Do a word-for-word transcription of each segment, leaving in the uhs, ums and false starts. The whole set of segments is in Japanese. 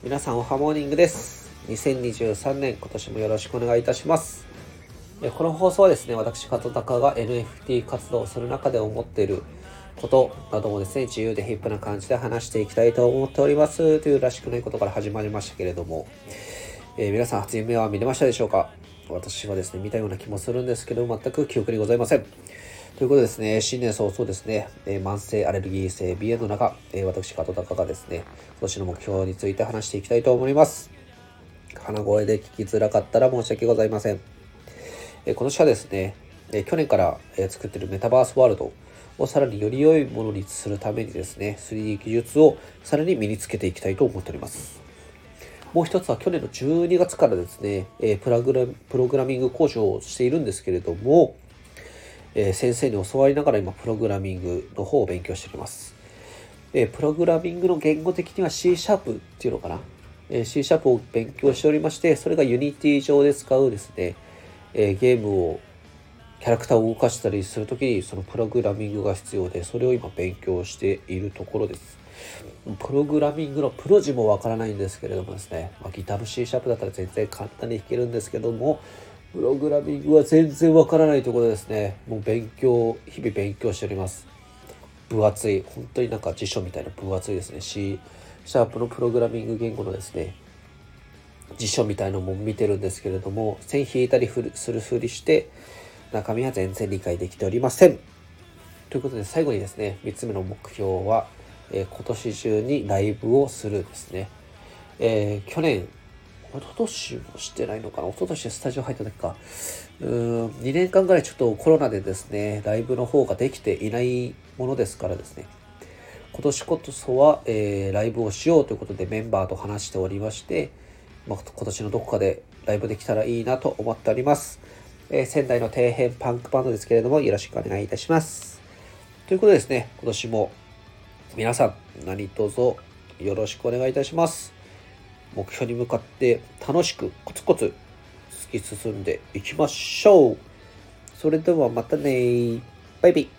皆さんおはモーニングです。にせんにじゅうさんねん今年もよろしくお願いいたします。この放送はですね、私加藤隆が エヌエフティー 活動をする中で思っていることなどもですね、自由でヒップな感じで話していきたいと思っておりますというらしくないことから始まりましたけれども、えー、皆さん初夢は見れましたでしょうか。私はですね見たような気もするんですけど全く記憶にございません。ということでですね、新年早々ですね、えー、慢性アレルギー性鼻炎の中、えー、私加藤隆がですね今年の目標について話していきたいと思います。鼻声で聞きづらかったら申し訳ございません。えー、今年はですね、えー、去年から、えー、作っているメタバースワールドをさらにより良いものにするためにですね スリーディー 技術をさらに身につけていきたいと思っております。もう一つは去年のじゅうにがつからですね、えー、プラグラプログラミング講師をしているんですけれども、えー、先生に教わりながら今プログラミングの方を勉強しております。えー、プログラミングの言語的には C シャープっていうのかな、えー、C シャープを勉強しておりまして、それが Unity 上で使うですね、えー、ゲームをキャラクターを動かしたりするときにそのプログラミングが必要で、それを今勉強しているところです。プログラミングのプロ字もわからないんですけれどもですね、まあ、ギターの C シャープだったら全然簡単に弾けるんですけども、プログラミングは全然わからないところですね。もう勉強、日々勉強しております。分厚い、本当になんか辞書みたいな分厚いですね。C シャープのプログラミング言語のですね、辞書みたいなのも見てるんですけれども、線引いたりするふりして、中身は全然理解できておりません。ということで最後にですね、みっつめの目標は、えー、今年中にライブをするですね。えー、去年、一昨年もしてないのかな、一昨年スタジオ入った時か。うーん、にねんかんぐらいちょっとコロナでですね、ライブの方ができていないものですからですね、今年こそは、えー、ライブをしようということでメンバーと話しておりまして、まあ、今年のどこかでライブできたらいいなと思っております。えー、仙台の底辺パンクバンドですけれども、よろしくお願いいたします。ということでですね、今年も皆さん何卒よろしくお願いいたします。目標に向かって楽しくコツコツ突き進んでいきましょう。それではまたね。バイビー。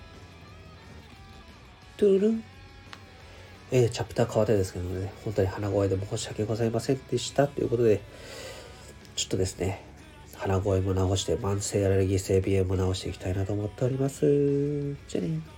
トゥルン。えー、チャプター変わってですけどね、本当に鼻声で申し訳ございませんでしたということで、ちょっとですね、鼻声も直して慢性アレルギー性鼻炎も直していきたいなと思っております。じゃあね。